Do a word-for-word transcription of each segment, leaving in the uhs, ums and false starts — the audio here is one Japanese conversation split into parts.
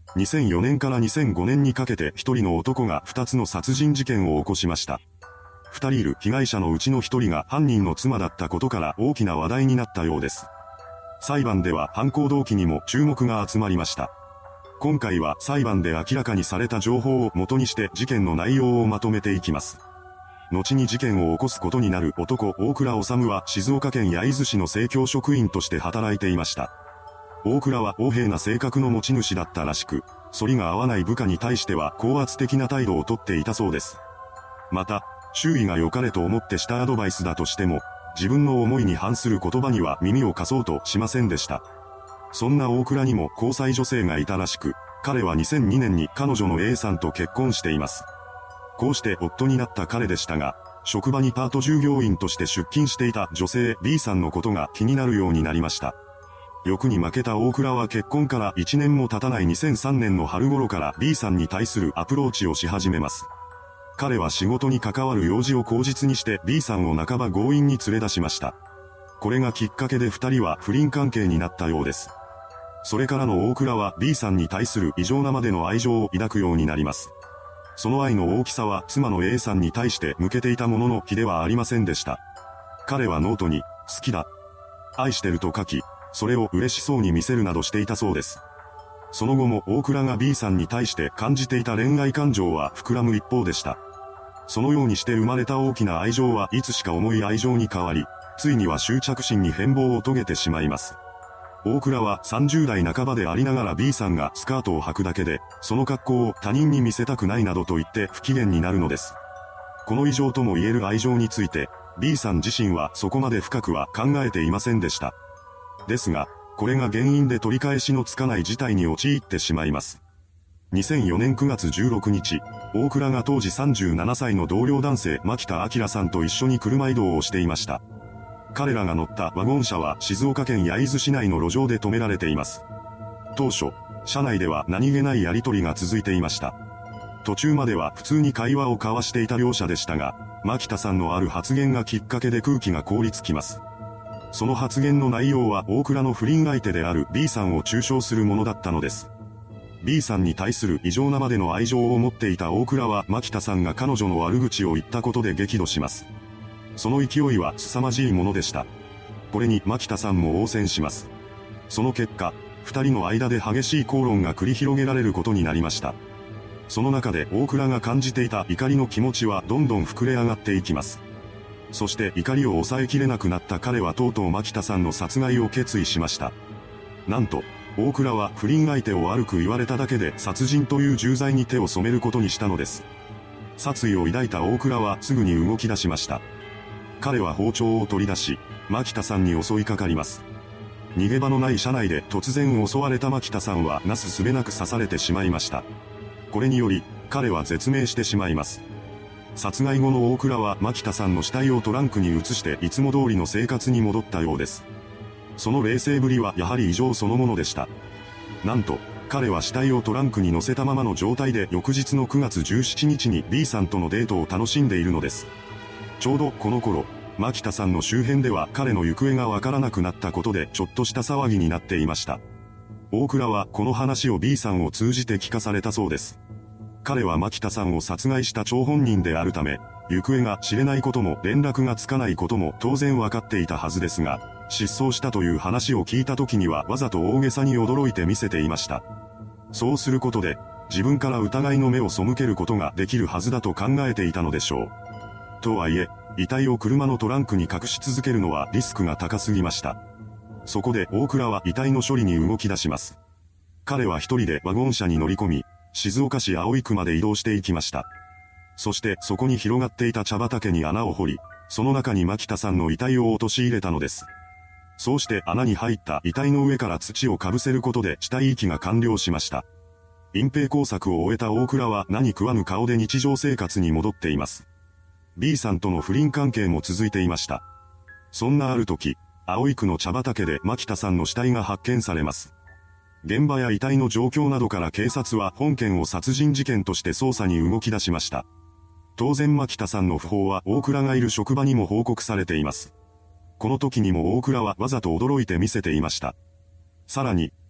にせんよねんからにせんごねんにかけて一人の男が二つの殺人事件を起こしました。二人いる被害者のうちの一人が犯人の妻だったことから大きな話題になったようです。裁判では犯行動機にも注目が集まりました。今回は裁判で明らかにされた情報を元にして事件の内容をまとめていきます。後に事件を起こすことになる男大倉修は静岡県焼津市の生協職員として働いていました。大倉は横柄な性格の持ち主だったらしく、反りが合わない部下に対しては高圧的な態度をとっていたそうです。また、周囲が良かれと思ってしたアドバイスだとしても、自分の思いに反する言葉には耳を貸そうとしませんでした。そんな大倉にも交際女性がいたらしく、彼はにせんにねんに彼女の A さんと結婚しています。こうして夫になった彼でしたが、職場にパート従業員として出勤していた女性 B さんのことが気になるようになりました。欲に負けた大倉は結婚からいちねんも経たないにせんさんねんの春頃から B さんに対するアプローチをし始めます。彼は仕事に関わる用事を口実にして B さんを半ば強引に連れ出しました。これがきっかけで二人は不倫関係になったようです。それからの大倉は B さんに対する異常なまでの愛情を抱くようになります。その愛の大きさは妻の A さんに対して向けていたものの比ではありませんでした。彼はノートに、好きだ、愛してると書き、それを嬉しそうに見せるなどしていたそうです。その後も大倉が B さんに対して感じていた恋愛感情は膨らむ一方でした。そのようにして生まれた大きな愛情はいつしか重い愛情に変わり、ついには執着心に変貌を遂げてしまいます。大倉はさんじゅうだいなかばでありながら B さんがスカートを履くだけで、その格好を他人に見せたくないなどと言って不機嫌になるのです。この異常とも言える愛情について、B さん自身はそこまで深くは考えていませんでした。ですが、これが原因で取り返しのつかない事態に陥ってしまいます。にせんよねんくがつじゅうろくにち、大倉が当時さんじゅうななさいの同僚男性牧田明さんと一緒に車移動をしていました。彼らが乗ったワゴン車は静岡県焼津市内の路上で止められています。当初、車内では何気ないやりとりが続いていました。途中までは普通に会話を交わしていた両者でしたが、牧田さんのある発言がきっかけで空気が凍りつきます。その発言の内容は大倉の不倫相手である B さんを中傷するものだったのです。B さんに対する異常なまでの愛情を持っていた大倉は牧田さんが彼女の悪口を言ったことで激怒します。その勢いは凄まじいものでした。これに牧田さんも応戦します。その結果、二人の間で激しい口論が繰り広げられることになりました。その中で大倉が感じていた怒りの気持ちはどんどん膨れ上がっていきます。そして怒りを抑えきれなくなった彼はとうとう牧田さんの殺害を決意しました。なんと、大倉は不倫相手を悪く言われただけで殺人という重罪に手を染めることにしたのです。殺意を抱いた大倉はすぐに動き出しました。彼は包丁を取り出し、牧田さんに襲いかかります。逃げ場のない車内で突然襲われた牧田さんはなすすべなく刺されてしまいました。これにより、彼は絶命してしまいます。殺害後の大倉は牧田さんの死体をトランクに移していつも通りの生活に戻ったようです。その冷静ぶりはやはり異常そのものでした。なんと、彼は死体をトランクに乗せたままの状態で翌日のくがつじゅうしちにちに B さんとのデートを楽しんでいるのです。ちょうどこの頃、牧田さんの周辺では彼の行方がわからなくなったことでちょっとした騒ぎになっていました。大倉はこの話を B さんを通じて聞かされたそうです。彼は牧田さんを殺害した張本人であるため、行方が知れないことも連絡がつかないことも当然わかっていたはずですが、失踪したという話を聞いた時にはわざと大げさに驚いて見せていました。そうすることで、自分から疑いの目を背けることができるはずだと考えていたのでしょう。とはいえ、遺体を車のトランクに隠し続けるのはリスクが高すぎました。そこで大倉は遺体の処理に動き出します。彼は一人でワゴン車に乗り込み、静岡市葵区まで移動していきました。そしてそこに広がっていた茶畑に穴を掘り、その中に牧田さんの遺体を陥れたのです。そうして穴に入った遺体の上から土をかぶせることで死体遺棄が完了しました。隠蔽工作を終えた大倉は何食わぬ顔で日常生活に戻っています。B さんとの不倫関係も続いていました。そんなある時、葵区の茶畑で牧田さんの死体が発見されます。現場や遺体の状況などから警察は本件を殺人事件として捜査に動き出しました。当然牧田さんの訃報は大倉がいる職場にも報告されています。この時にも大倉はわざと驚いて見せていました。さらに、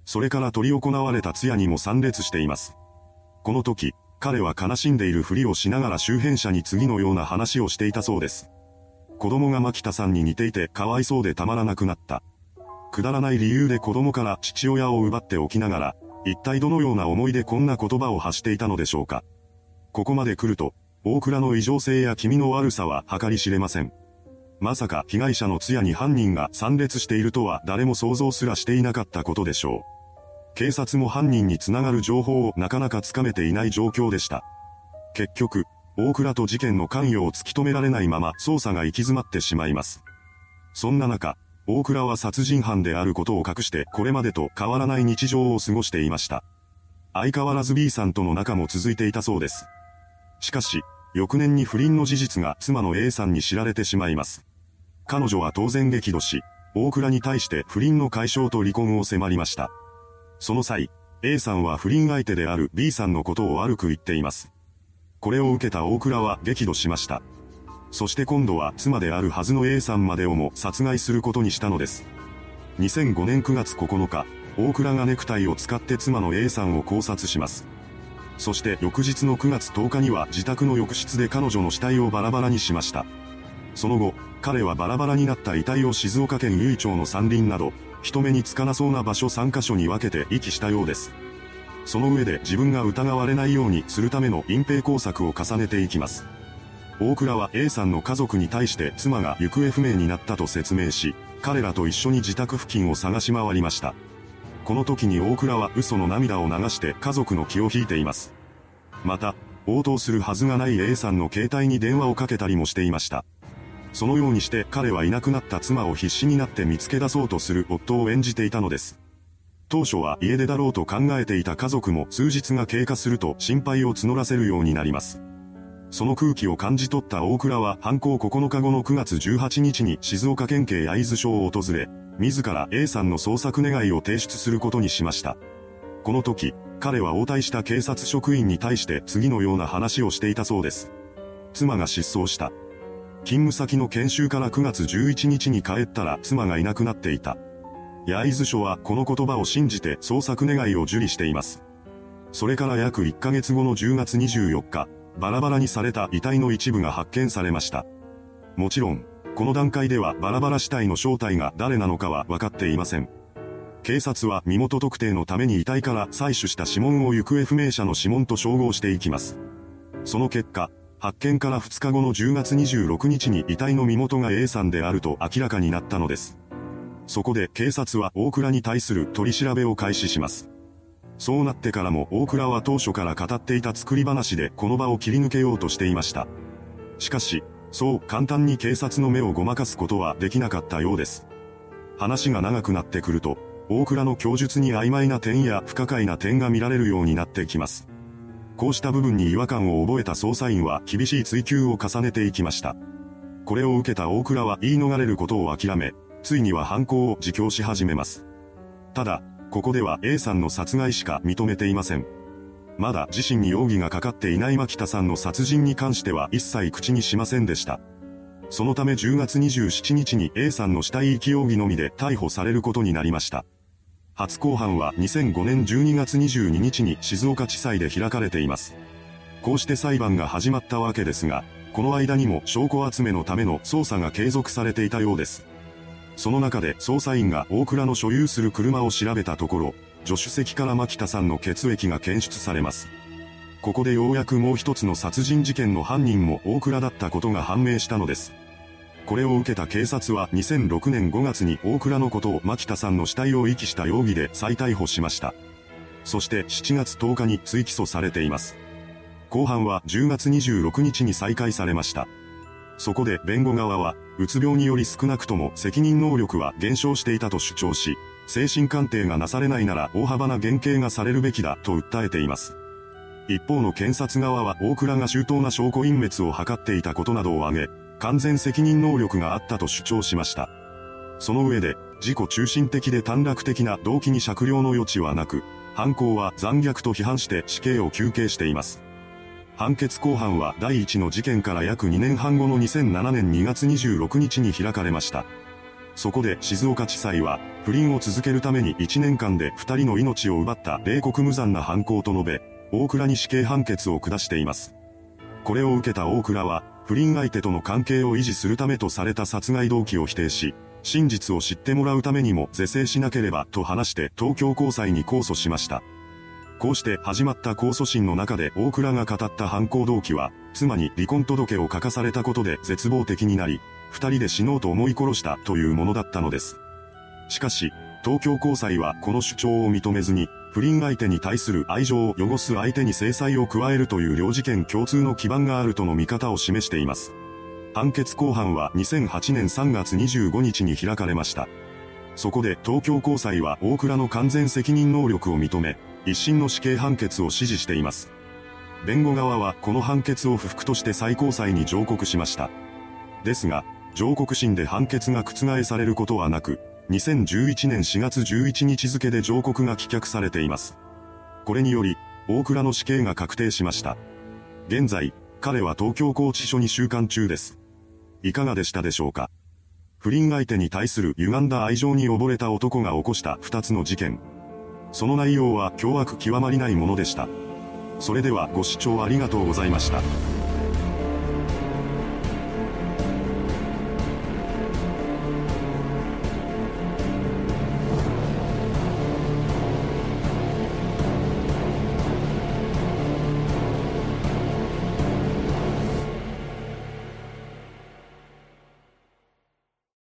それから執り行われた通夜にも参列しています。この時、彼は悲しんでいるふりをしながら周辺者に次のような話をしていたそうです。子供が牧田さんに似ていてかわいそうでたまらなくなった。くだらない理由で子供から父親を奪っておきながら、一体どのような思いでこんな言葉を発していたのでしょうか。ここまで来ると、大倉の異常性や気味の悪さは計り知れません。まさか被害者の通夜に犯人が参列しているとは誰も想像すらしていなかったことでしょう。警察も犯人につながる情報をなかなかつかめていない状況でした。結局、大倉と事件の関与を突き止められないまま捜査が行き詰まってしまいます。そんな中、大倉は殺人犯であることを隠してこれまでと変わらない日常を過ごしていました。相変わらず B さんとの仲も続いていたそうです。しかし、翌年に不倫の事実が妻の A さんに知られてしまいます。彼女は当然激怒し、大倉に対して不倫の解消と離婚を迫りました。その際、A さんは不倫相手である B さんのことを悪く言っています。これを受けた大倉は激怒しました。そして今度は妻であるはずの A さんまでをも殺害することにしたのです。にせんごねんくがつここのか、大倉がネクタイを使って妻の A さんを絞殺します。そして翌日のくがつとおかには自宅の浴室で彼女の死体をバラバラにしました。その後、彼はバラバラになった遺体を静岡県由比町の山林など、人目につかなそうな場所さんかしょに分けて遺棄したようです。その上で自分が疑われないようにするための隠蔽工作を重ねていきます。大倉は A さんの家族に対して妻が行方不明になったと説明し、彼らと一緒に自宅付近を探し回りました。この時に大倉は嘘の涙を流して家族の気を引いています。また、応答するはずがない A さんの携帯に電話をかけたりもしていました。そのようにして彼はいなくなった妻を必死になって見つけ出そうとする夫を演じていたのです。当初は家出だろうと考えていた家族も数日が経過すると心配を募らせるようになります。その空気を感じ取った大倉は犯行ここのかごのくがつじゅうはちにちに静岡県警焼津署を訪れ、自ら A さんの捜索願いを提出することにしました。この時、彼は応対した警察職員に対して次のような話をしていたそうです。妻が失踪した。勤務先の研修からくがつじゅういちにちに帰ったら妻がいなくなっていた。焼津署はこの言葉を信じて捜索願いを受理しています。それから約いっかげつごのじゅうがつにじゅうよっか、バラバラにされた遺体の一部が発見されました。もちろん、この段階ではバラバラ死体の正体が誰なのかは分かっていません。警察は身元特定のために遺体から採取した指紋を行方不明者の指紋と照合していきます。その結果、発見からふつかごのじゅうがつにじゅうろくにちに遺体の身元が A さんであると明らかになったのです。そこで警察は大倉に対する取り調べを開始します。そうなってからも大倉は当初から語っていた作り話でこの場を切り抜けようとしていました。しかし、そう簡単に警察の目をごまかすことはできなかったようです。話が長くなってくると、大倉の供述に曖昧な点や不可解な点が見られるようになってきます。こうした部分に違和感を覚えた捜査員は厳しい追及を重ねていきました。これを受けた大倉は言い逃れることを諦め、ついには犯行を自供し始めます。ただ、ここでは A さんの殺害しか認めていません。まだ自身に容疑がかかっていない牧田さんの殺人に関しては一切口にしませんでした。そのためじゅうがつにじゅうしちにちに A さんの死体遺棄容疑のみで逮捕されることになりました。初公判はにせんごねんじゅうにがつにじゅうににちに静岡地裁で開かれています。こうして裁判が始まったわけですが、この間にも証拠集めのための捜査が継続されていたようです。その中で捜査員が大倉の所有する車を調べたところ、助手席から牧田さんの血液が検出されます。ここでようやくもう一つの殺人事件の犯人も大倉だったことが判明したのです。これを受けた警察はにせんろくねんごがつに大倉のことを牧田さんの死体を遺棄した容疑で再逮捕しました。そしてしちがつとおかに追起訴されています。公判はじゅうがつにじゅうろくにちに再開されました。そこで弁護側は、うつ病により少なくとも責任能力は減少していたと主張し、精神鑑定がなされないなら大幅な減刑がされるべきだと訴えています。一方の検察側は大倉が周到な証拠隠滅を図っていたことなどを挙げ、完全責任能力があったと主張しました。その上で、自己中心的で短絡的な動機に酌量の余地はなく、犯行は残虐と批判して死刑を求刑しています。判決公判は第一の事件から約にねんはんごのにせんななねんにがつにじゅうろくにちに開かれました。 そこで静岡地裁は、不倫を続けるためにいちねんかんでふたりの命を奪った冷酷無残な犯行と述べ、大倉に死刑判決を下しています。これを受けた大倉は、不倫相手との関係を維持するためとされた殺害動機を否定し、真実を知ってもらうためにも是正しなければと話して東京高裁に控訴しました。こうして始まった控訴審の中で大倉が語った犯行動機は、妻に離婚届を書かされたことで絶望的になり、二人で死のうと思い殺したというものだったのです。しかし、東京高裁はこの主張を認めずに、不倫相手に対する愛情を汚す相手に制裁を加えるという両事件共通の基盤があるとの見方を示しています。判決公判はにせんはちねんさんがつにじゅうごにちに開かれました。そこで東京高裁は大倉の完全責任能力を認め、一審の死刑判決を支持しています。弁護側はこの判決を不服として最高裁に上告しました。ですが、上告審で判決が覆されることはなく、にせんじゅういちねんしがつじゅういちにち付で上告が棄却されています。これにより、大倉の死刑が確定しました。現在、彼は東京拘置所に収監中です。いかがでしたでしょうか。不倫相手に対する歪んだ愛情に溺れた男が起こしたふたつの事件。その内容は凶悪極まりないものでした。それではご視聴ありがとうございました。